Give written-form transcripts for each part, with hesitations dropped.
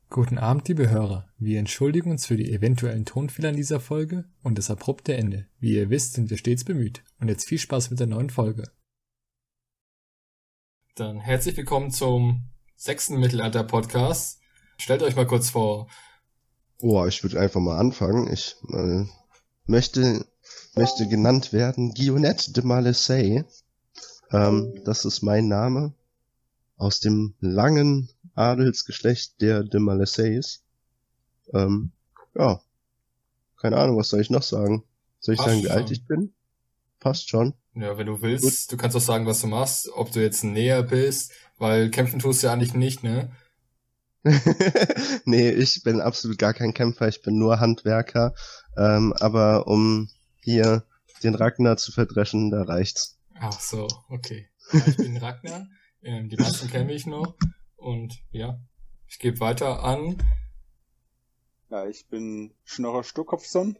Guten Abend, liebe Hörer. Wir entschuldigen uns für die eventuellen Tonfehler in dieser Folge und das abrupte Ende. Wie ihr wisst, sind wir stets bemüht. Und jetzt viel Spaß mit der neuen Folge. Dann herzlich willkommen zum 6. Mittelalter-Podcast. Stellt euch mal kurz vor. Ich würde einfach mal anfangen. Ich möchte genannt werden Guionette de Malessay. Das ist mein Name aus dem langen Adelsgeschlecht der de Malessays. Keine Ahnung, was soll ich noch sagen? Soll ich sagen, wie alt ich bin? Passt schon. Ja, wenn du willst. Gut. Du kannst auch sagen, was du machst, ob du jetzt näher bist, weil kämpfen tust du ja eigentlich nicht, ne? Nee, ich bin absolut gar kein Kämpfer, ich bin nur Handwerker. Aber um hier den Ragnar zu verdreschen, da reicht's. Ach so, okay. Ja, ich bin Ragnar, die meisten kenne ich noch. Und ja, ich gebe weiter an. Ja, ich bin Schnorrer Stuckhofsson.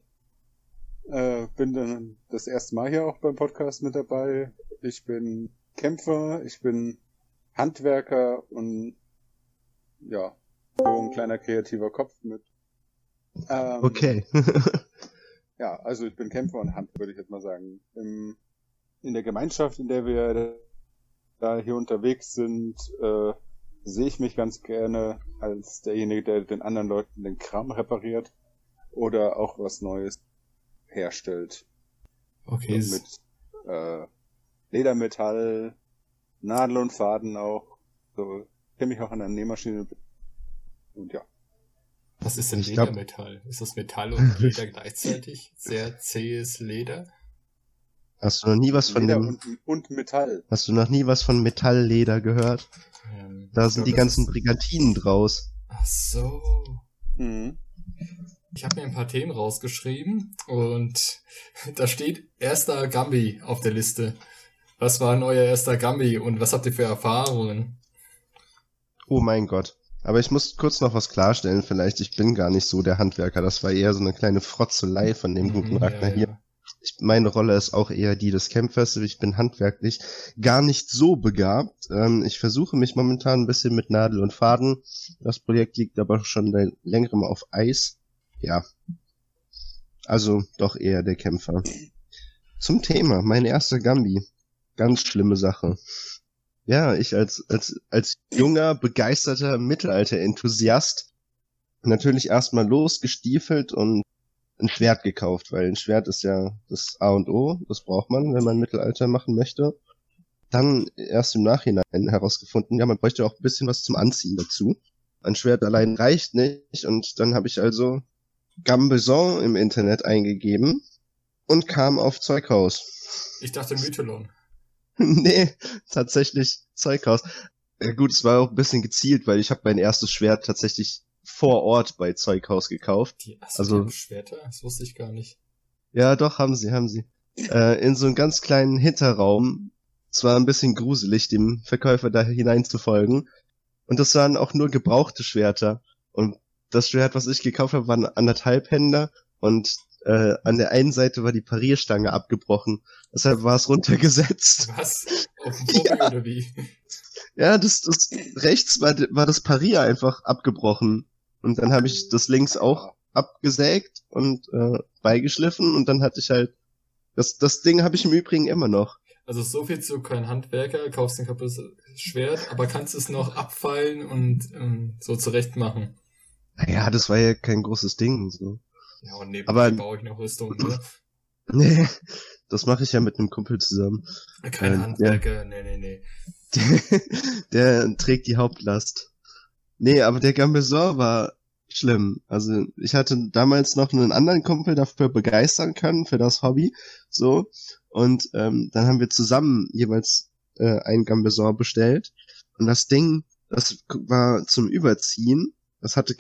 Bin dann das erste Mal hier auch beim Podcast mit dabei. Ich bin Kämpfer, ich bin Handwerker und ja, so ein kleiner kreativer Kopf mit. Okay. Ja, also ich bin Kämpfer und Handwerker, würde ich jetzt mal sagen. In der Gemeinschaft, in der wir da hier unterwegs sind, sehe ich mich ganz gerne als derjenige, der den anderen Leuten den Kram repariert oder auch was Neues herstellt. Okay. Und mit Ledermetall, Nadel und Faden auch. So kenne mich auch an der Nähmaschine. Und ja. Was ist denn Ledermetall? Ist das Metall und Leder gleichzeitig? Sehr zähes Leder? Hast du noch nie was von Leder und Metall. Hast du noch nie was von Metallleder gehört? Da sind die ganzen Brigantinen draus. Ach so. Mhm. Ich habe mir ein paar Themen rausgeschrieben und da steht erster Gambi auf der Liste. Was war denn euer erster Gambi und was habt ihr für Erfahrungen? Oh mein Gott. Aber ich muss kurz noch was klarstellen vielleicht. Ich bin gar nicht so der Handwerker. Das war eher so eine kleine Frotzelei von dem guten Ragnar hier. Meine Rolle ist auch eher die des Kämpfers. Ich bin handwerklich gar nicht so begabt. Ich versuche mich momentan ein bisschen mit Nadel und Faden. Das Projekt liegt aber schon seit längerem auf Eis. Ja. Also doch eher der Kämpfer. Zum Thema. Mein erster Gambi. Ganz schlimme Sache. Ja, ich als junger, begeisterter Mittelalter-Enthusiast natürlich erstmal losgestiefelt und ein Schwert gekauft, weil ein Schwert ist ja das A und O, das braucht man, wenn man Mittelalter machen möchte. Dann erst im Nachhinein herausgefunden, ja, man bräuchte auch ein bisschen was zum Anziehen dazu. Ein Schwert allein reicht nicht und dann habe ich also Gambeson im Internet eingegeben und kam auf Zeughaus. Ich dachte Mytholon. Nee, tatsächlich Zeughaus. Ja gut, es war auch ein bisschen gezielt, weil ich habe mein erstes Schwert tatsächlich vor Ort bei Zeughaus gekauft. Die Schwerter? Das wusste ich gar nicht. Ja, doch, haben sie. In so einem ganz kleinen Hinterraum. Es war ein bisschen gruselig, dem Verkäufer da hinein zu folgen. Und das waren auch nur gebrauchte Schwerter. Und das Schwert, was ich gekauft habe, war ein 1,5 Händer. Und an der einen Seite war die Parierstange abgebrochen. Deshalb war es runtergesetzt. Was? Auf dem Profi oder wie? Ja, das rechts war das Parier einfach abgebrochen. Und dann habe ich das links auch abgesägt und beigeschliffen und dann hatte ich halt das Ding habe ich im Übrigen immer noch. Also so viel zu kein Handwerker, kaufst ein kaputtes Schwert, aber kannst es noch abfeilen und so zurecht machen. Naja, das war ja kein großes Ding. So. Ja, und nebenbei baue ich noch Rüstung, ne? Nee, das mache ich ja mit einem Kumpel zusammen. Kein Handwerker, nee. Der trägt die Hauptlast. Nee, aber der Gambeson war schlimm. Also ich hatte damals noch einen anderen Kumpel dafür begeistern können, für das Hobby. So. Und dann haben wir zusammen jeweils ein Gambeson bestellt. Und das Ding, das war zum Überziehen. Das hatte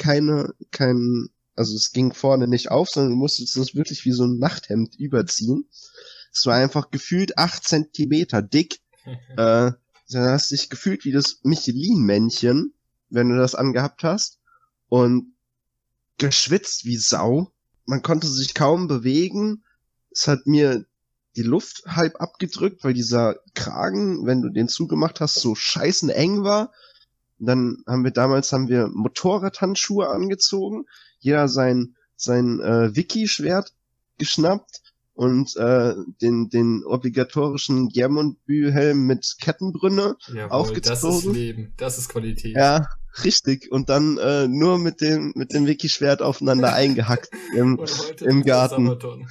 also es ging vorne nicht auf, sondern du musstest das wirklich wie so ein Nachthemd überziehen. Es war einfach gefühlt 8 Zentimeter dick. Dann hast du dich gefühlt wie das Michelin-Männchen, wenn du das angehabt hast. Und geschwitzt wie Sau. Man konnte sich kaum bewegen. Es hat mir die Luft halb abgedrückt, weil dieser Kragen, wenn du den zugemacht hast, so scheißen eng war. Dann haben wir Motorradhandschuhe angezogen, jeder sein Wiki-Schwert geschnappt und den obligatorischen Gjermundby-Helm mit Kettenbrünne aufgezogen. Das ist Leben, das ist Qualität. Ja, richtig. Und dann nur mit dem Wiki-Schwert aufeinander eingehackt im Garten.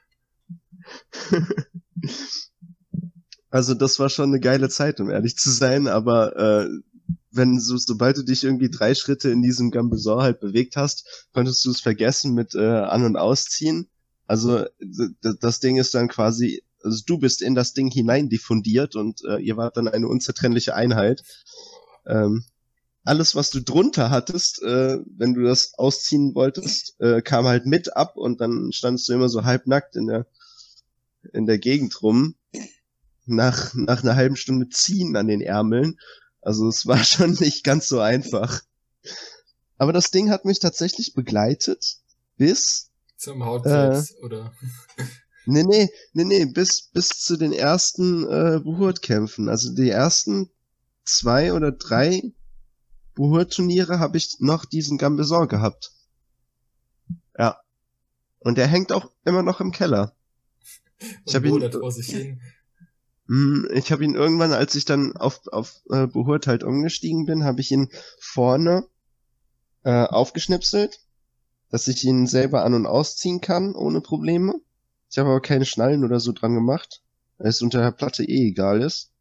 Also das war schon eine geile Zeit, um ehrlich zu sein, aber sobald du dich irgendwie 3 Schritte in diesem Gambeson halt bewegt hast, konntest du es vergessen mit An- und Ausziehen. Also das Ding ist dann quasi, also du bist in das Ding hinein diffundiert und ihr wart dann eine unzertrennliche Einheit. Alles, was du drunter hattest, wenn du das ausziehen wolltest, kam halt mit ab und dann standst du immer so halbnackt in der Gegend rum. Nach einer halben Stunde ziehen an den Ärmeln. Also es war schon nicht ganz so einfach. Aber das Ding hat mich tatsächlich begleitet bis zum Hautkrebs, oder? Nee, bis zu den ersten Buhurt-Kämpfen. Also die ersten 2 oder 3 Buhurt-Turniere habe ich noch diesen Gambeson gehabt. Ja. Und der hängt auch immer noch im Keller. Ich habe ihn vor sich hin. Ich habe ihn irgendwann, als ich dann auf Buhurt halt umgestiegen bin, habe ich ihn vorne aufgeschnipselt, dass ich ihn selber an- und ausziehen kann, ohne Probleme. Ich habe aber keine Schnallen oder so dran gemacht, weil es unter der Platte egal ist.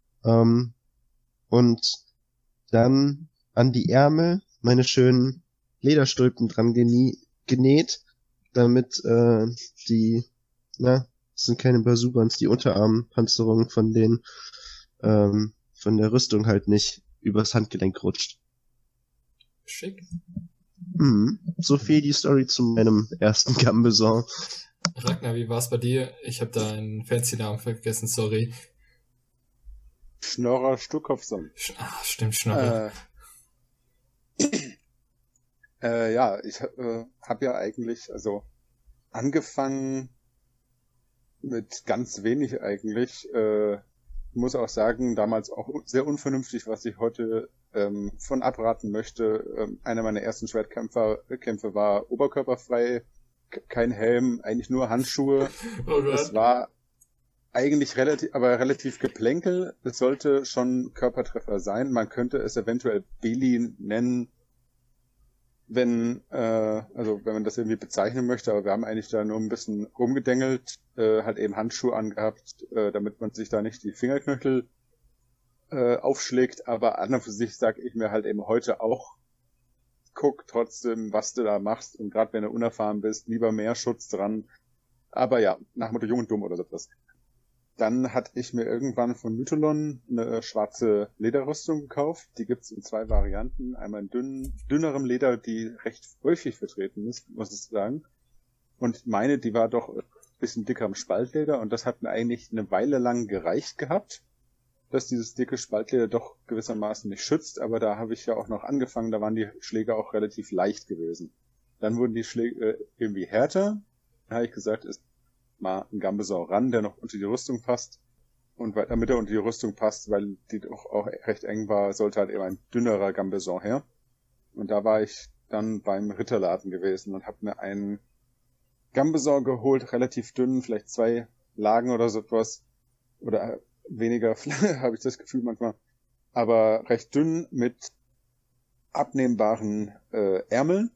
Und dann an die Ärmel meine schönen Lederstulpen dran genäht, damit das sind keine Basubans, die Unterarmpanzerung von der Rüstung halt nicht übers Handgelenk rutscht. Schick. So viel die Story zu meinem ersten Gambeson. Ragnar, wie war's bei dir? Ich habe da einen Fancy-Namen vergessen, sorry. Schnorrer Stuckhoffson. Stimmt, Schnorrer. Ja, ich habe ja eigentlich angefangen mit ganz wenig eigentlich. Muss auch sagen, damals auch sehr unvernünftig, was ich heute von abraten möchte. Einer meiner ersten Schwertkämpfe war oberkörperfrei, kein Helm, eigentlich nur Handschuhe. Oh Gott. Es war eigentlich relativ geplänkel. Es sollte schon Körpertreffer sein. Man könnte es eventuell Beli nennen, wenn man das irgendwie bezeichnen möchte, aber wir haben eigentlich da nur ein bisschen rumgedengelt, halt eben Handschuhe angehabt, damit man sich da nicht die Fingerknöchel aufschlägt, aber an und für sich sage ich mir halt eben heute auch, guck trotzdem, was du da machst und gerade wenn du unerfahren bist, lieber mehr Schutz dran, aber ja, nach Motto jung und dumm oder so etwas. Dann hatte ich mir irgendwann von Mytholon eine schwarze Lederrüstung gekauft. Die gibt's in 2 Varianten. Einmal in dünnerem Leder, die recht häufig vertreten ist, muss ich sagen. Und meine, die war doch ein bisschen dicker am Spaltleder. Und das hat mir eigentlich eine Weile lang gereicht gehabt, dass dieses dicke Spaltleder doch gewissermaßen nicht schützt. Aber da habe ich ja auch noch angefangen, da waren die Schläge auch relativ leicht gewesen. Dann wurden die Schläge irgendwie härter. Dann habe ich gesagt, ist mal ein Gambeson ran, der noch unter die Rüstung passt. Und damit er unter die Rüstung passt, weil die doch auch recht eng war, sollte halt eben ein dünnerer Gambeson her. Und da war ich dann beim Ritterladen gewesen und habe mir einen Gambeson geholt, relativ dünn, vielleicht 2 Lagen oder so etwas. Oder weniger, habe ich das Gefühl manchmal. Aber recht dünn mit abnehmbaren Ärmeln.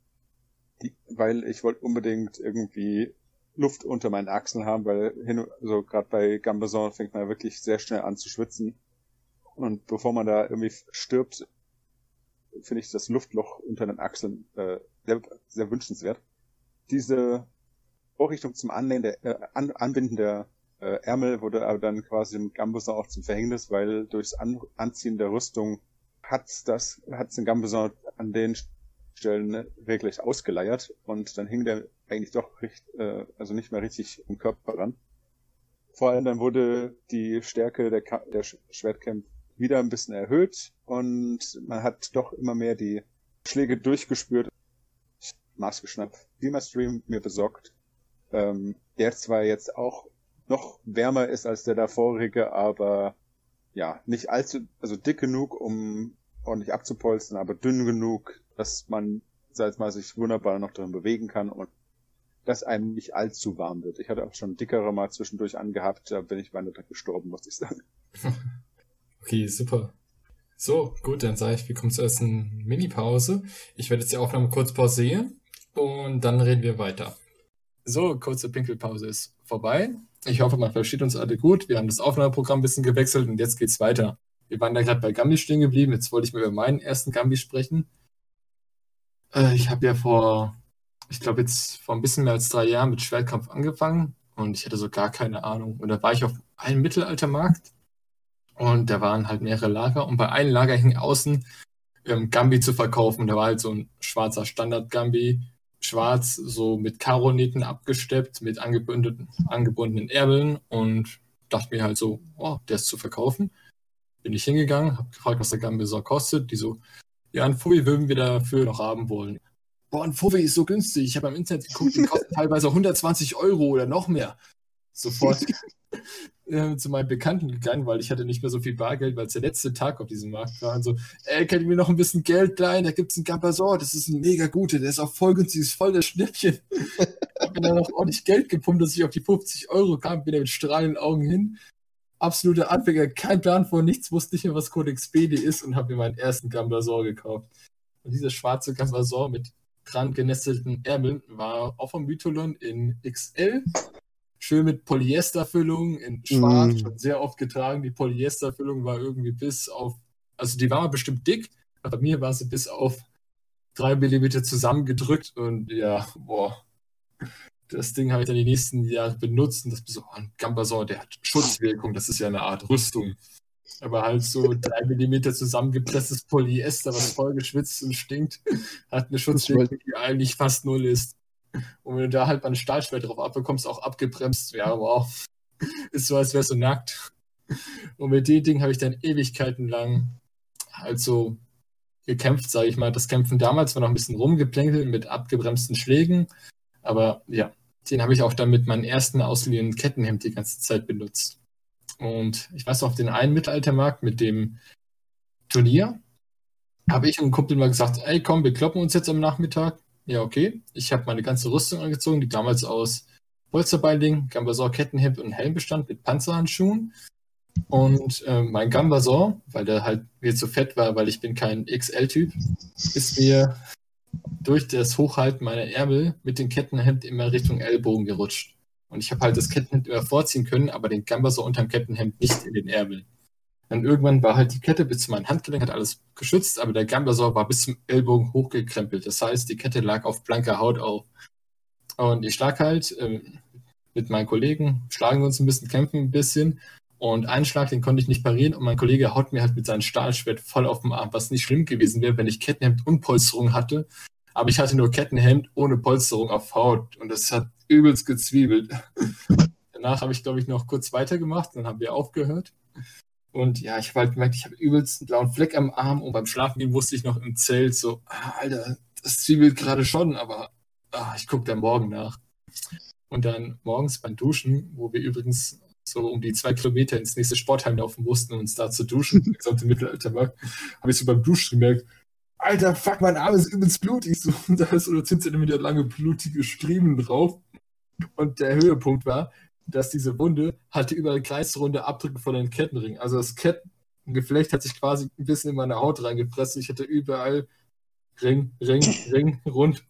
Weil ich wollte unbedingt irgendwie Luft unter meinen Achseln haben, weil gerade bei Gambeson fängt man wirklich sehr schnell an zu schwitzen. Und bevor man da irgendwie stirbt, finde ich das Luftloch unter den Achseln sehr, sehr wünschenswert. Diese Vorrichtung zum Anbinden der Ärmel wurde aber dann quasi im Gambeson auch zum Verhängnis, weil durchs Anziehen der Rüstung hat's den Gambeson an den Stellen wirklich ausgeleiert und dann hing der eigentlich doch nicht mehr richtig im Körper ran. Vor allem dann wurde die Stärke der Schwertkämpfe wieder ein bisschen erhöht und man hat doch immer mehr die Schläge durchgespürt. Maßgeschnappt, Beamer-Stream mir besorgt, der zwar jetzt auch noch wärmer ist als der davorige, aber ja, nicht dick genug, um ordentlich abzupolstern, aber dünn genug, dass man, sag ich mal, sich wunderbar noch drin bewegen kann und dass einem nicht allzu warm wird. Ich hatte auch schon dickere mal zwischendurch angehabt, da bin ich beinahe gestorben, muss ich sagen. Okay, super. So, gut, dann sage ich, wir kommen zur ersten Mini-Pause. Ich werde jetzt die Aufnahme kurz pausieren und dann reden wir weiter. So, kurze Pinkelpause ist vorbei. Ich hoffe, man versteht uns alle gut. Wir haben das Aufnahmeprogramm ein bisschen gewechselt und jetzt geht's weiter. Wir waren da gerade bei Gambi stehen geblieben. Jetzt wollte ich mal über meinen ersten Gambi sprechen. Ich habe ja vor ein bisschen mehr als 3 Jahren mit Schwertkampf angefangen und ich hatte so gar keine Ahnung. Und da war ich auf einem Mittelaltermarkt und da waren halt mehrere Lager und bei einem Lager hing außen Gambi zu verkaufen. Da war halt so ein schwarzer Standard-Gambi, schwarz, so mit Karonähten abgesteppt, mit angebundenen Ärmeln und dachte mir halt so, oh, der ist zu verkaufen. Bin ich hingegangen, habe gefragt, was der Gambi so kostet. Die so, ja, ein Fuffi würden wir dafür noch haben wollen. Boah, ein Fuffi ist so günstig. Ich habe am Internet geguckt, die kosten teilweise 120 € oder noch mehr. Sofort zu meinen Bekannten gegangen, weil ich hatte nicht mehr so viel Bargeld, weil es der letzte Tag auf diesem Markt war. Und so, könnt ihr mir noch ein bisschen Geld leihen? Da gibt es einen Gambasor, das ist ein mega guter, der ist auch voll günstig, ist voll das Schnäppchen. Ich habe mir dann noch ordentlich Geld gepumpt, dass ich auf die 50 € kam, bin da mit strahlenden Augen hin. Absoluter Anfänger, kein Plan von nichts, wusste nicht mehr, was Codex BD ist und habe mir meinen ersten Gambasor gekauft. Und dieser schwarze Gambasor mit dran genestelten Ärmeln war auch vom Mytholon in XL. Schön mit Polyesterfüllung in schwarz, schon sehr oft getragen. Die Polyesterfüllung war irgendwie also die war mal bestimmt dick, aber bei mir war sie bis auf 3 mm zusammengedrückt und ja, boah. Das Ding habe ich dann die nächsten Jahre benutzt und das ist so, ein Gambasor, der hat Schutzwirkung, das ist ja eine Art Rüstung. Aber halt so 3 mm zusammengepresstes Polyester, was voll geschwitzt und stinkt, hat eine Schutzwirkung, die eigentlich fast 0 ist. Und wenn du da halt mal ein Stahlschwert drauf abbekommst, auch abgebremst, ja, wow. Ist so, als wärst du nackt. Und mit dem Ding habe ich dann Ewigkeiten lang halt so gekämpft, sage ich mal. Das Kämpfen damals war noch ein bisschen rumgeplänkelt mit abgebremsten Schlägen. Aber ja, den habe ich auch dann mit meinem ersten ausgeliehenen Kettenhemd die ganze Zeit benutzt. Und ich weiß noch, auf den einen Mittelaltermarkt mit dem Turnier habe ich und ein Kumpel mal gesagt, ey komm, wir kloppen uns jetzt am Nachmittag. Ja, okay. Ich habe meine ganze Rüstung angezogen, die damals aus Polsterbinding, Gambasor, Kettenhemd und Helm bestand mit Panzerhandschuhen. Und mein Gambasor, weil der halt mir zu fett war, weil ich bin kein XL-Typ, ist mir durch das Hochhalten meiner Ärmel mit dem Kettenhemd immer Richtung Ellbogen gerutscht. Und ich habe halt das Kettenhemd immer vorziehen können, aber den Gambasor unterm Kettenhemd nicht in den Ärmeln. Dann irgendwann war halt die Kette bis zu meinem Handgelenk, hat alles geschützt, aber der Gambasor war bis zum Ellbogen hochgekrempelt. Das heißt, die Kette lag auf blanker Haut auf. Und ich schlag halt mit meinen Kollegen, schlagen wir uns ein bisschen, kämpfen ein bisschen. Und einen Schlag, den konnte ich nicht parieren und mein Kollege haut mir halt mit seinem Stahlschwert voll auf den Arm, was nicht schlimm gewesen wäre, wenn ich Kettenhemd und Polsterung hatte. Aber ich hatte nur Kettenhemd ohne Polsterung auf Haut und das hat übelst gezwiebelt. Danach habe ich, glaube ich, noch kurz weitergemacht, dann haben wir aufgehört. Und ja, ich habe halt gemerkt, ich habe übelst einen blauen Fleck am Arm und beim Schlafengehen wusste ich noch im Zelt so, Alter, das zwiebelt gerade schon, aber ich gucke da morgen nach. Und dann morgens beim Duschen, wo wir übrigens so um die 2 Kilometer ins nächste Sportheim laufen mussten, um uns da zu duschen, im gesamten Mittelaltermarkt, habe ich so beim Duschen gemerkt, Alter, fuck, mein Arm ist übelst blutig. So, und da ist so 10 Zentimeter lange blutige Striemen drauf. Und der Höhepunkt war, dass diese Wunde hatte überall kreisrunde Abdrücke von den Kettenringen. Also das Kettengeflecht hat sich quasi ein bisschen in meine Haut reingepresst. Ich hatte überall Ring, rund.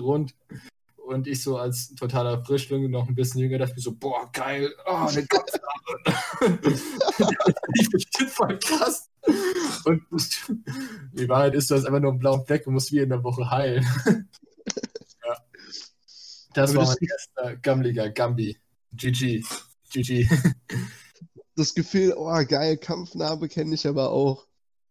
Und ich so als totaler Frischling, noch ein bisschen jünger, dachte mir so, boah, geil, eine Kopfnarbe. Ich bestimmt voll krass. Und die Wahrheit ist, du hast einfach nur einen blauen Fleck und musst wie in der Woche heilen. Ja. Das war mein erster gammeliger Gambi. GG. Das Gefühl, geil, Kampfnarbe kenne ich aber auch.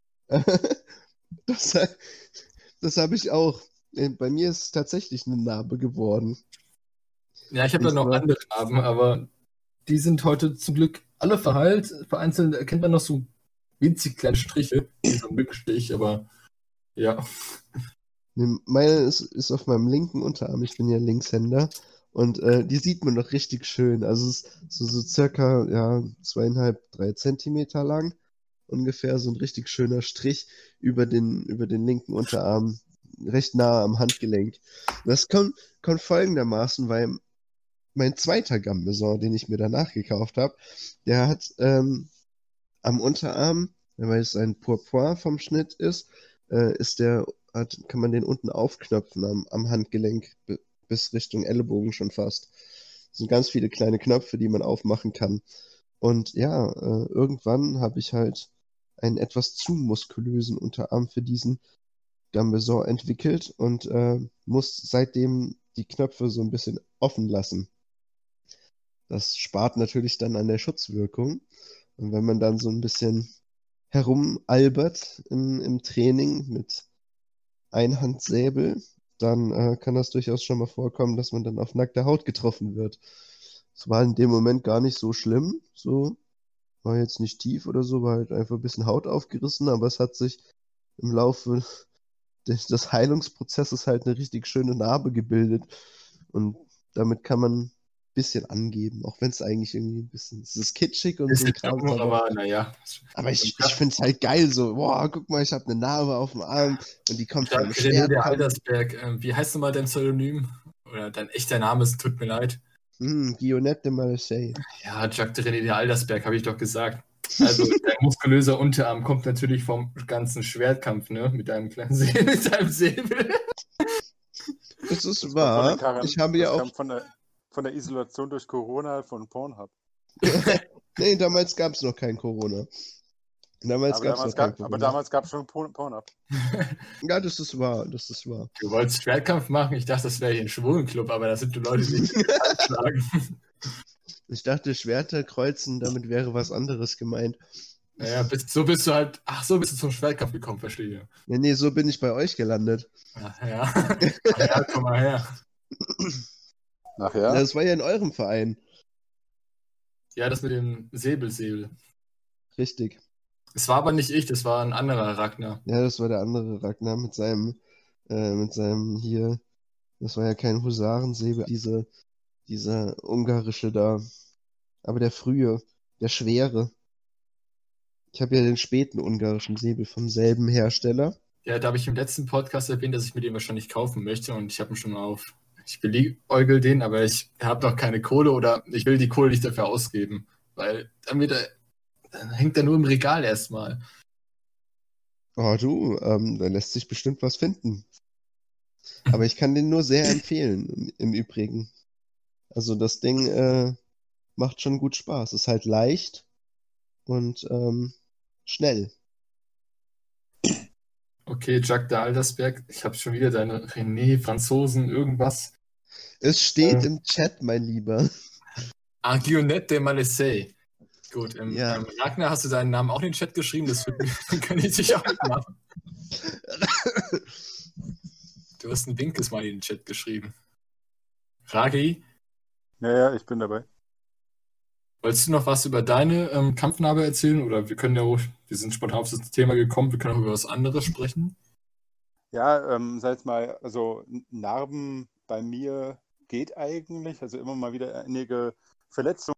Das habe ich auch. Bei mir ist es tatsächlich eine Narbe geworden. Ja, ich habe da noch andere Narben, aber die sind heute zum Glück alle verheilt. Vereinzelt erkennt man noch so winzig kleine Striche, wie so ein Mückenstich, aber ja. Meine ist auf meinem linken Unterarm, ich bin ja Linkshänder und die sieht man noch richtig schön. Also es ist so circa 2,5, 3 Zentimeter lang ungefähr so ein richtig schöner Strich über den linken Unterarm, recht nah am Handgelenk. Das kommt folgendermaßen, weil mein zweiter Gambeson, den ich mir danach gekauft habe, der hat am Unterarm, weil es ein Pourpoint vom Schnitt ist, kann man den unten aufknöpfen am Handgelenk bis Richtung Ellenbogen schon fast. Das sind ganz viele kleine Knöpfe, die man aufmachen kann. Und ja, irgendwann habe ich halt einen etwas zu muskulösen Unterarm für diesen Gambeson entwickelt und muss seitdem die Knöpfe so ein bisschen offen lassen. Das spart natürlich dann an der Schutzwirkung. Und wenn man dann so ein bisschen herumalbert im Training mit Einhandsäbel, dann kann das durchaus schon mal vorkommen, dass man dann auf nackte Haut getroffen wird. Es war in dem Moment gar nicht so schlimm, so war jetzt nicht tief oder so, war halt einfach ein bisschen Haut aufgerissen, aber es hat sich im Laufe des Heilungsprozesses halt eine richtig schöne Narbe gebildet und damit kann man ein bisschen angeben, auch wenn es eigentlich irgendwie ein bisschen, es ist kitschig und so ein Kram, aber naja. aber ich finde es halt geil, so, boah, guck mal, ich habe eine Narbe auf dem Arm und die kommt vom René Schwert. der Aldersberg, wie heißt nochmal dein Pseudonym? Oder dein echter Name, es tut mir leid. Guillaume de Maréchal. Ja, Jacques de René der Aldersberg, habe ich doch gesagt. Also, dein muskulöser Unterarm kommt natürlich vom ganzen Schwertkampf, ne? Mit deinem kleinen Säbel. Das ist wahr. Ich habe ja auch. Von der Isolation durch Corona von Pornhub. Nee, damals gab es noch kein Corona. Damals gab es schon Pornhub. Ja, das ist wahr, das ist wahr. Du wolltest Schwertkampf machen? Ich dachte, das wäre hier ein Schwulenclub, aber da sind die Leute, die nicht anschlagen. Ich dachte, Schwerter kreuzen, damit wäre was anderes gemeint. Naja, so bist du zum Schwertkampf gekommen, verstehe. Nee, so bin ich bei euch gelandet. Ach ja, komm mal her. Ach ja? Das war ja in eurem Verein. Ja, das mit dem Säbel. Richtig. Es war aber nicht ich, das war ein anderer Ragnar. Ja, das war der andere Ragnar mit seinem hier, das war ja kein Husarensäbel, dieser ungarische da. Aber der frühe, der schwere. Ich habe ja den späten ungarischen Säbel vom selben Hersteller. Ja, da habe ich im letzten Podcast erwähnt, dass ich mir den wahrscheinlich kaufen möchte und ich habe ihn schon ich beliebäugel den, aber ich habe noch keine Kohle oder ich will die Kohle nicht dafür ausgeben, weil dann hängt er nur im Regal erstmal. Oh du, da lässt sich bestimmt was finden. Aber ich kann den nur sehr empfehlen, im Übrigen. Also das Ding macht schon gut Spaß. Ist halt leicht und schnell. Okay, Jacques de Aldersberg, ich habe schon wieder deine René, Franzosen, irgendwas. Es steht im Chat, mein Lieber. Guillaume de Maréchal. Gut, Ja. Ragnar, hast du deinen Namen auch in den Chat geschrieben? Das kann ich dich auch mitmachen. Du hast ein Winkes mal in den Chat geschrieben. Ragi? Ja, ich bin dabei. Wolltest du noch was über deine Kampfnarbe erzählen? Oder wir sind spontan auf das Thema gekommen, wir können auch über was anderes sprechen. Ja, sag jetzt mal, also Narben bei mir geht eigentlich, also immer mal wieder einige Verletzungen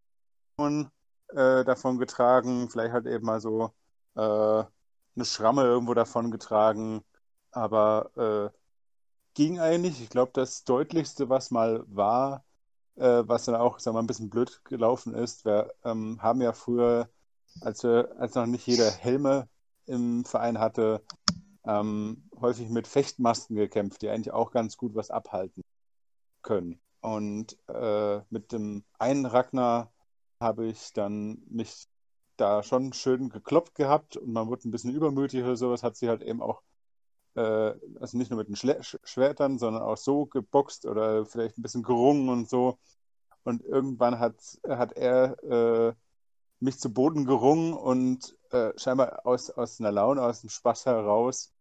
davon getragen, vielleicht halt eben mal so eine Schramme irgendwo davon getragen, aber ging eigentlich. Ich glaube, das Deutlichste, was mal war, was dann auch, sagen wir mal, ein bisschen blöd gelaufen ist, wir haben ja früher, als noch nicht jeder Helme im Verein hatte, häufig mit Fechtmasken gekämpft, die eigentlich auch ganz gut was abhalten können. Und mit dem einen Ragnar habe ich dann mich da schon schön gekloppt gehabt und man wurde ein bisschen übermütig oder sowas, hat sie halt eben auch, also nicht nur mit den Schwertern, sondern auch so geboxt oder vielleicht ein bisschen gerungen und so. Und irgendwann hat er mich zu Boden gerungen und scheinbar aus einer Laune, aus dem Spaß heraus,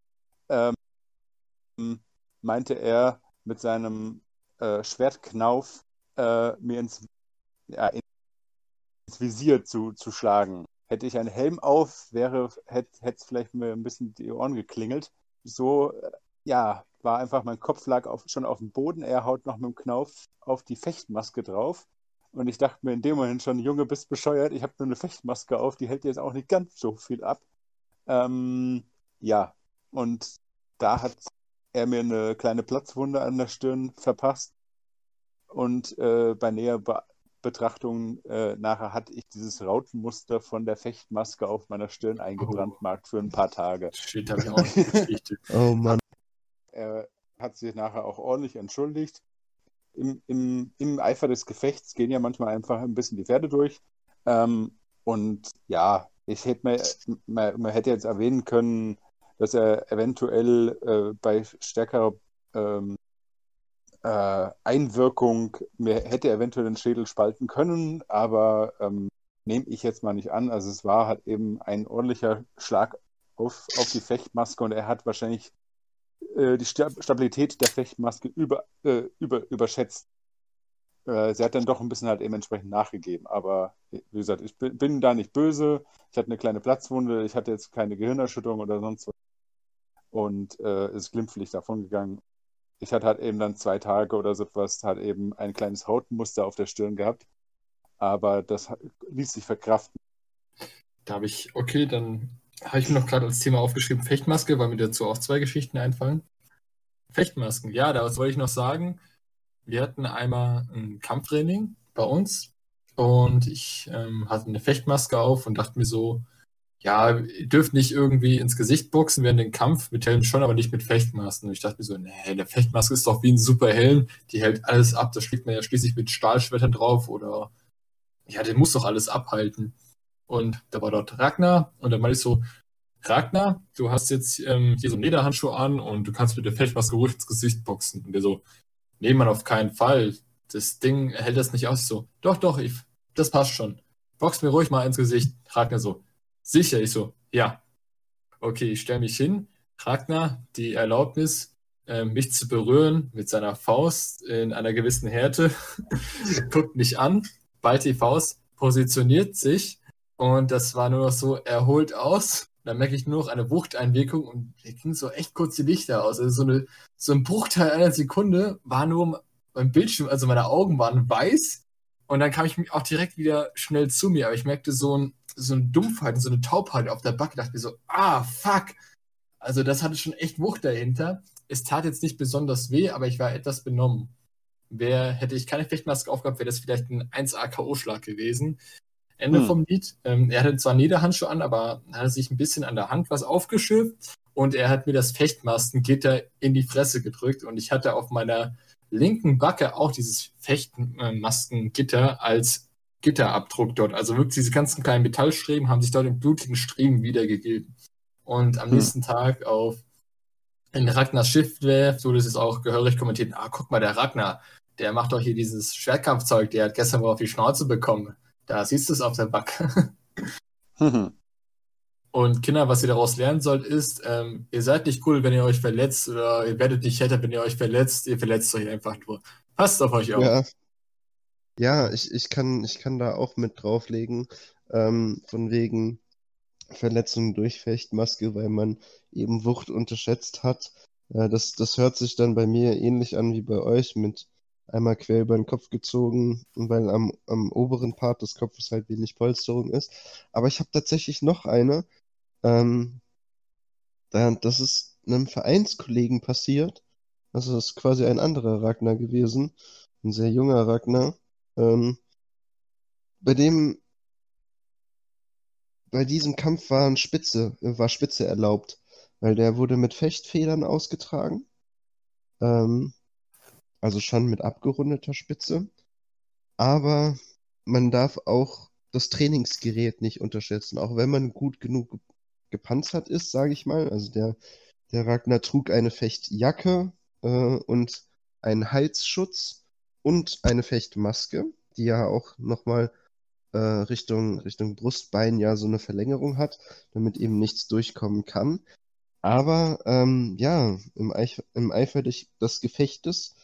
meinte er mit seinem Schwertknauf mir ins Visier zu schlagen. Hätte ich einen Helm auf, hätte es vielleicht mir ein bisschen die Ohren geklingelt. So, war einfach, mein Kopf lag schon auf dem Boden. Er haut noch mit dem Knauf auf die Fechtmaske drauf. Und ich dachte mir in dem Moment schon, Junge, bist bescheuert, ich habe nur eine Fechtmaske auf, die hält jetzt auch nicht ganz so viel ab. Ja, und da hat er mir eine kleine Platzwunde an der Stirn verpasst. Und bei näher Betrachtung nachher hatte ich dieses Rautenmuster von der Fechtmaske auf meiner Stirn eingebrandmarkt für ein paar Tage. Shit, habe ich auch eine Geschichte. Oh Mann. Er hat sich nachher auch ordentlich entschuldigt. Im Eifer des Gefechts gehen ja manchmal einfach ein bisschen die Pferde durch. Und ja, man hätte jetzt erwähnen können, dass er eventuell bei stärkerer Einwirkung mir hätte eventuell den Schädel spalten können, aber nehme ich jetzt mal nicht an. Also es war halt eben ein ordentlicher Schlag auf die Fechtmaske und er hat wahrscheinlich die Stabilität der Fechtmaske überschätzt. Sie hat dann doch ein bisschen halt eben entsprechend nachgegeben. Aber wie gesagt, ich bin da nicht böse. Ich hatte eine kleine Platzwunde, ich hatte jetzt keine Gehirnerschütterung oder sonst was. Und ist glimpflich davon gegangen. Ich hatte halt eben dann 2 Tage oder so etwas, halt eben ein kleines Hautmuster auf der Stirn gehabt. Aber das ließ sich verkraften. Da habe ich, okay, dann habe ich mir noch gerade als Thema aufgeschrieben, Fechtmaske, weil mir dazu auch 2 Geschichten einfallen. Fechtmasken, ja, da wollte ich noch sagen, wir hatten einmal ein Kampftraining bei uns und ich hatte eine Fechtmaske auf und dachte mir so, ja, ihr dürft nicht irgendwie ins Gesicht boxen während dem Kampf, mit Helm schon, aber nicht mit Fechtmasken. Und ich dachte mir so, nee, eine Fechtmaske ist doch wie ein Superhelm, die hält alles ab, da schlägt man ja schließlich mit Stahlschwertern drauf oder, ja, der muss doch alles abhalten. Und da war dort Ragnar und dann meinte ich so, Ragnar, du hast jetzt hier so einen Lederhandschuh an und du kannst mit der Fechtmaske ruhig ins Gesicht boxen. Und der so, nee, Mann, auf keinen Fall. Das Ding hält das nicht aus. Ich so, doch, das passt schon. Box mir ruhig mal ins Gesicht. Ragnar so, sicher? Ich so, ja. Okay, ich stelle mich hin. Ragnar, die Erlaubnis, mich zu berühren mit seiner Faust in einer gewissen Härte, guckt mich an, ballt die Faust, positioniert sich und das war nur noch so, er holt aus. Dann merke ich nur noch eine Wuchteinwirkung und mir ging so echt kurz die Lichter aus. Also so ein Bruchteil einer Sekunde war nur mein Bildschirm, also meine Augen waren weiß und dann kam ich auch direkt wieder schnell zu mir, aber ich merkte so eine Dumpfheit, so eine Taubheit auf der Backe, dachte mir so, fuck. Also das hatte schon echt Wucht dahinter. Es tat jetzt nicht besonders weh, aber ich war etwas benommen. Hätte ich keine Fechtmaske aufgehabt, wäre das vielleicht ein 1A K.O.-Schlag gewesen. Ende vom Lied. Er hatte zwar Lederhandschuhe an, aber hatte sich ein bisschen an der Hand was aufgeschürft und er hat mir das Fechtmaskengitter in die Fresse gedrückt und ich hatte auf meiner linken Backe auch dieses Fechtmaskengitter als Gitterabdruck dort. Also wirklich diese ganzen kleinen Metallstreben haben sich dort in blutigen Striemen wiedergegeben. Und am nächsten Tag in Ragnars Schiffwerft wurde es auch gehörig kommentiert, guck mal, der Ragnar, der macht doch hier dieses Schwertkampfzeug, der hat gestern wohl auf die Schnauze bekommen. Da siehst du es auf der Backe. Und Kinder, was ihr daraus lernen sollt, ist, ihr seid nicht cool, wenn ihr euch verletzt oder ihr werdet nicht härter, wenn ihr euch verletzt. Ihr verletzt euch einfach nur. Passt auf euch auf. Ja, ich kann da auch mit drauflegen, von wegen Verletzungen durch Fechtmaske, weil man eben Wucht unterschätzt hat. Das hört sich dann bei mir ähnlich an wie bei euch, mit einmal quer über den Kopf gezogen, weil am oberen Part des Kopfes halt wenig Polsterung ist. Aber ich habe tatsächlich noch eine. Das ist einem Vereinskollegen passiert. Also das ist quasi ein anderer Ragnar gewesen. Ein sehr junger Ragnar. Bei diesem Kampf war Spitze erlaubt, weil der wurde mit Fechtfedern ausgetragen. Also schon mit abgerundeter Spitze. Aber man darf auch das Trainingsgerät nicht unterschätzen, auch wenn man gut genug gepanzert ist, sage ich mal. Also der Ragnar trug eine Fechtjacke und einen Halsschutz und eine Fechtmaske, die ja auch nochmal Richtung Brustbein ja so eine Verlängerung hat, damit eben nichts durchkommen kann. Aber ja, im Eifer des Gefechtes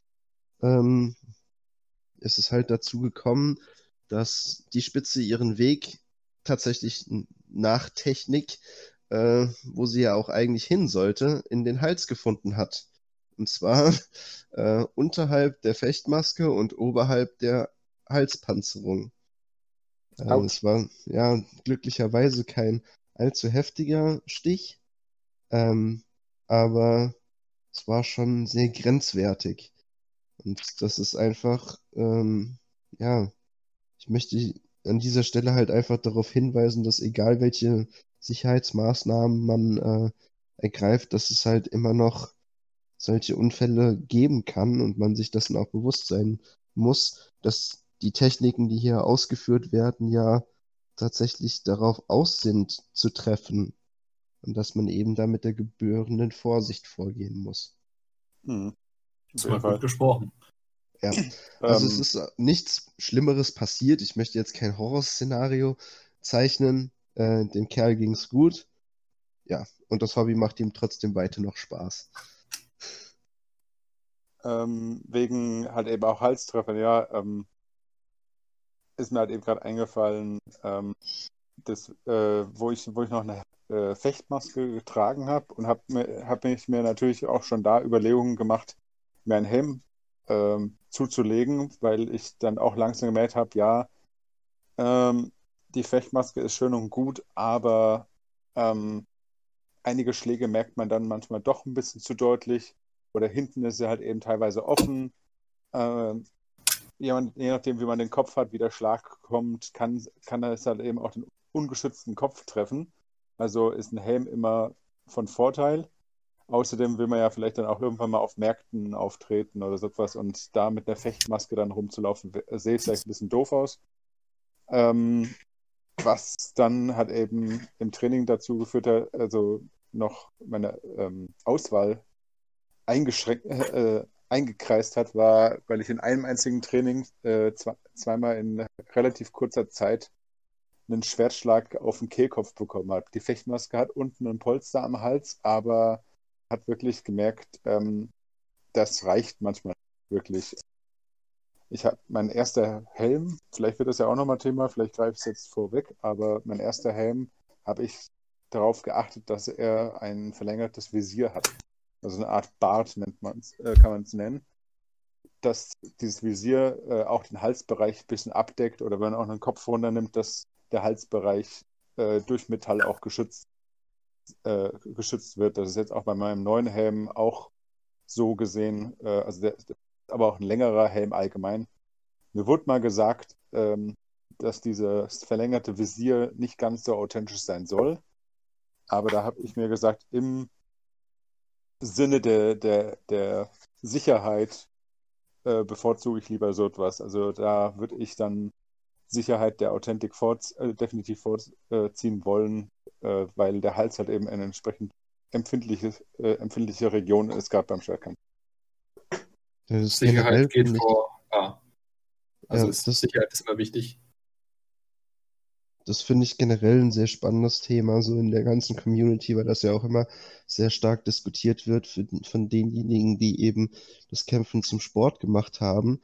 ist es halt dazu gekommen, dass die Spitze ihren Weg tatsächlich nach Technik, wo sie ja auch eigentlich hin sollte, in den Hals gefunden hat. Und zwar unterhalb der Fechtmaske und oberhalb der Halspanzerung. Autsch. Es war ja glücklicherweise kein allzu heftiger Stich, ähm, aber es war schon sehr grenzwertig. Und das ist einfach, ja, ich möchte an dieser Stelle halt einfach darauf hinweisen, dass egal welche Sicherheitsmaßnahmen man ergreift, dass es halt immer noch solche Unfälle geben kann und man sich dessen auch bewusst sein muss, dass die Techniken, die hier ausgeführt werden, ja tatsächlich darauf aus sind zu treffen und dass man eben da mit der gebührenden Vorsicht vorgehen muss. Hm, auf Das jeden war Fall. gut gesprochen. Ja, also es Ähm, ist nichts Schlimmeres passiert. Ich möchte jetzt kein Horrorszenario zeichnen. Dem Kerl ging's gut. Ja, und das Hobby macht ihm trotzdem weiter noch Spaß. wegen halt eben auch Halstreffern, ja, ist mir halt eben gerade eingefallen, wo ich noch eine Fechtmaske getragen habe und hab mich mir natürlich auch schon da Überlegungen gemacht, mir einen Helm zuzulegen, weil ich dann auch langsam gemerkt habe, ja, die Fechtmaske ist schön und gut, aber ähm, einige Schläge merkt man dann manchmal doch ein bisschen zu deutlich oder hinten ist sie halt eben teilweise offen. Ähm, je nachdem, wie man den Kopf hat, wie der Schlag kommt, kann es halt eben auch den ungeschützten Kopf treffen. Also ist ein Helm immer von Vorteil. Außerdem will man ja vielleicht dann auch irgendwann mal auf Märkten auftreten oder so etwas und da mit einer Fechtmaske dann rumzulaufen, sehe vielleicht ein bisschen doof aus. Ähm, was dann hat eben im Training dazu geführt hat, also noch meine Auswahl eingekreist hat, war, weil ich in einem einzigen Training zweimal in relativ kurzer Zeit einen Schwertschlag auf den Kehlkopf bekommen habe. Die Fechtmaske hat unten ein Polster am Hals, aber hat wirklich gemerkt, das reicht manchmal wirklich. Ich habe mein erster Helm, vielleicht wird das ja auch nochmal Thema, vielleicht greife ich es jetzt vorweg, aber mein erster Helm habe ich darauf geachtet, dass er ein verlängertes Visier hat. Also eine Art Bart kann man es nennen, dass dieses Visier auch den Halsbereich ein bisschen abdeckt oder wenn man auch einen Kopf runternimmt, dass der Halsbereich durch Metall auch geschützt wird. Das ist jetzt auch bei meinem neuen Helm auch so gesehen, also der ist aber auch ein längerer Helm allgemein. Mir wurde mal gesagt, dass dieses verlängerte Visier nicht ganz so authentisch sein soll, aber da habe ich mir gesagt, im Sinne der Sicherheit bevorzuge ich lieber so etwas. Also da würde ich dann Sicherheit der Authentik definitiv vorziehen wollen, weil der Hals halt eben eine entsprechend empfindliche Region ist, gerade beim Schwertkampf. Das ist generell, Sicherheit geht finde ich, vor. Ja. Also ja, das, Sicherheit ist immer wichtig. das finde ich generell ein sehr spannendes Thema, so in der ganzen Community, weil das ja auch immer sehr stark diskutiert wird von denjenigen, die eben das Kämpfen zum Sport gemacht haben.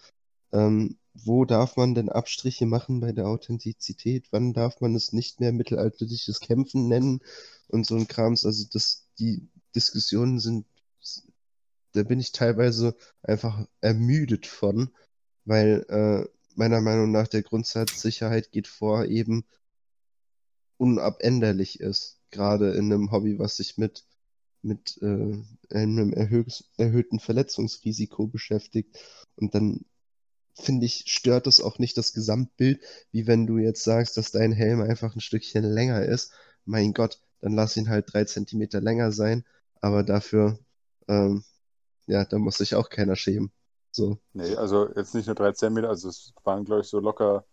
Wo darf man denn Abstriche machen bei der Authentizität? Wann darf man es nicht mehr mittelalterliches Kämpfen nennen und so ein Krams? Also die Diskussionen sind, da bin ich teilweise einfach ermüdet von, weil meiner Meinung nach der Grundsatz Sicherheit geht vor eben unabänderlich ist, gerade in einem Hobby, was sich mit einem erhöhten Verletzungsrisiko beschäftigt. Und dann finde ich, stört es auch nicht das Gesamtbild, wie wenn du jetzt sagst, dass dein Helm einfach ein Stückchen länger ist. Mein Gott, dann lass ihn halt 3 Zentimeter länger sein, aber dafür, ähm, ja, da muss sich auch keiner schämen. So. Nee, also jetzt nicht nur 3 Zentimeter, also es waren, glaube ich, so locker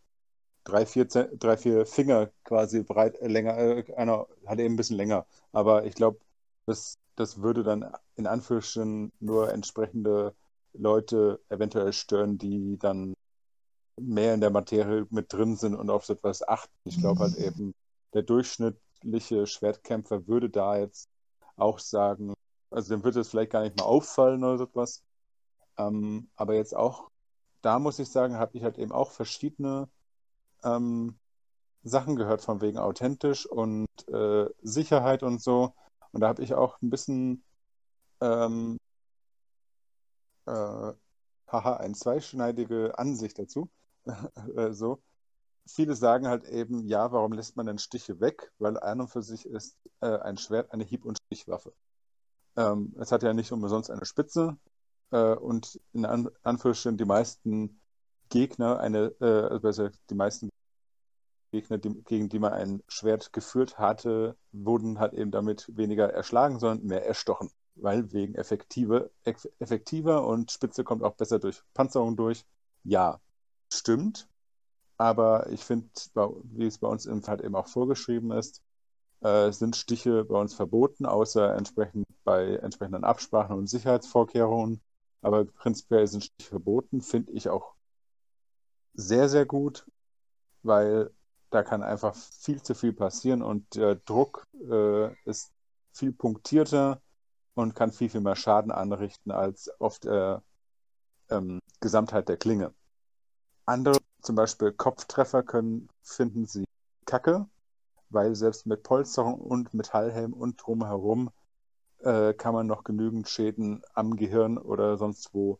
3, 4 Finger quasi breit, länger, einer hat eben ein bisschen länger. Aber ich glaube, das würde dann in Anführungsstrichen nur entsprechende Leute eventuell stören, die dann mehr in der Materie mit drin sind und auf so etwas achten. Ich glaube halt eben, der durchschnittliche Schwertkämpfer würde da jetzt auch sagen, also dem würde es vielleicht gar nicht mal auffallen oder so etwas. Aber jetzt auch, da muss ich sagen, habe ich halt eben auch verschiedene ähm, Sachen gehört von wegen authentisch und Sicherheit und so. Und da habe ich auch ein bisschen ähm, eine zweischneidige Ansicht dazu. so. Viele sagen halt eben, ja, warum lässt man denn Stiche weg? Weil an und für sich ist ein Schwert eine Hieb- und Stichwaffe. Es hat ja nicht umsonst eine Spitze und in Anführungsstrichen die meisten Gegner, also die meisten Gegner, gegen die man ein Schwert geführt hatte, wurden halt eben damit weniger erschlagen, sondern mehr erstochen. Weil wegen effektiver und Spitze kommt auch besser durch Panzerung durch. Ja, stimmt. Aber ich finde, wie es bei uns im halt eben auch vorgeschrieben ist, sind Stiche bei uns verboten, außer entsprechend bei entsprechenden Absprachen und Sicherheitsvorkehrungen. Aber prinzipiell sind Stiche verboten, finde ich auch sehr, sehr gut, weil da kann einfach viel zu viel passieren und der Druck ist viel punktierter und kann viel, viel mehr Schaden anrichten als auf der Gesamtheit der Klinge. Andere, zum Beispiel Kopftreffer, finden sie kacke, weil selbst mit Polsterung und Metallhelm und drumherum kann man noch genügend Schäden am Gehirn oder sonst wo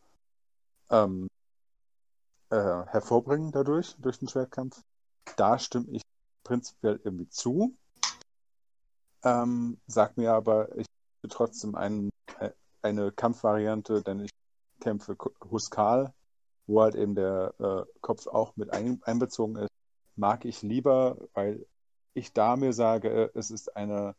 hervorbringen durch den Schwertkampf. Da stimme ich prinzipiell irgendwie zu. Sag mir aber, ich will trotzdem eine Kampfvariante, denn ich kämpfe Huskal, wo halt eben der Kopf auch mit einbezogen ist, mag ich lieber, weil ich da mir sage, es ist eine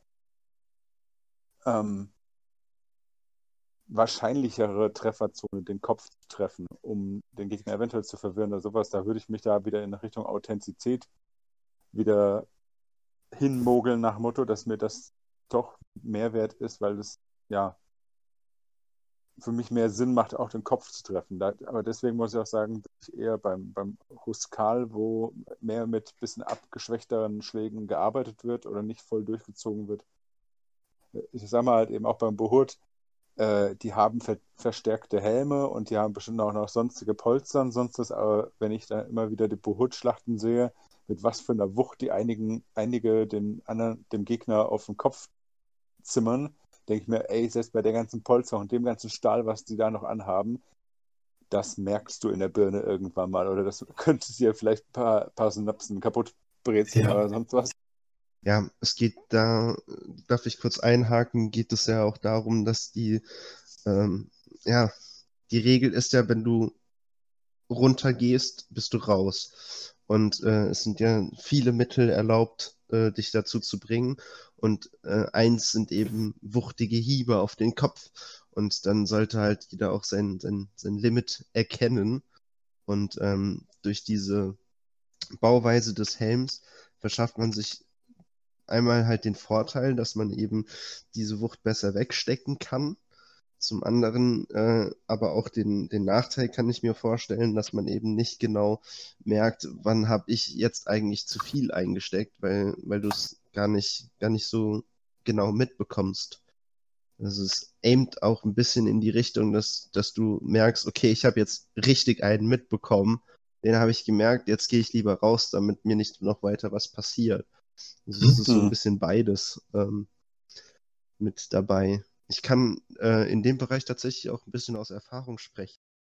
wahrscheinlichere Trefferzone, den Kopf zu treffen, um den Gegner eventuell zu verwirren oder sowas. Da würde ich mich da wieder in Richtung Authentizität wieder hinmogeln nach Motto, dass mir das doch mehr wert ist, weil es ja für mich mehr Sinn macht, auch den Kopf zu treffen. Aber deswegen muss ich auch sagen, dass ich eher beim Huskal, wo mehr mit bisschen abgeschwächteren Schlägen gearbeitet wird oder nicht voll durchgezogen wird. Ich sage mal halt eben auch beim Bohut, die haben verstärkte Helme und die haben bestimmt auch noch sonstige Polster und sonst was, aber wenn ich da immer wieder die Bohut-Schlachten sehe, mit was für einer Wucht die einige dem Gegner auf den Kopf zimmern, denke ich mir, ey, selbst bei der ganzen Polster und dem ganzen Stahl, was die da noch anhaben, das merkst du in der Birne irgendwann mal oder das könntest dir vielleicht ein paar Synapsen kaputt brezeln oder sonst was. Ja, es geht da, darf ich kurz einhaken, geht es ja auch darum, dass die Regel ist ja, wenn du runtergehst, bist du raus. Und es sind ja viele Mittel erlaubt, dich dazu zu bringen. Und eins sind eben wuchtige Hiebe auf den Kopf. Und dann sollte halt jeder auch sein Limit erkennen. Und durch diese Bauweise des Helms verschafft man sich einmal halt den Vorteil, dass man eben diese Wucht besser wegstecken kann. Zum anderen aber auch den Nachteil kann ich mir vorstellen, dass man eben nicht genau merkt, wann habe ich jetzt eigentlich zu viel eingesteckt, weil du es gar nicht so genau mitbekommst. Also es aimt auch ein bisschen in die Richtung, dass du merkst, okay, ich habe jetzt richtig einen mitbekommen, den habe ich gemerkt, jetzt gehe ich lieber raus, damit mir nicht noch weiter was passiert. Also es ist so ein bisschen beides mit dabei. Ich kann in dem Bereich tatsächlich auch ein bisschen aus Erfahrung sprechen.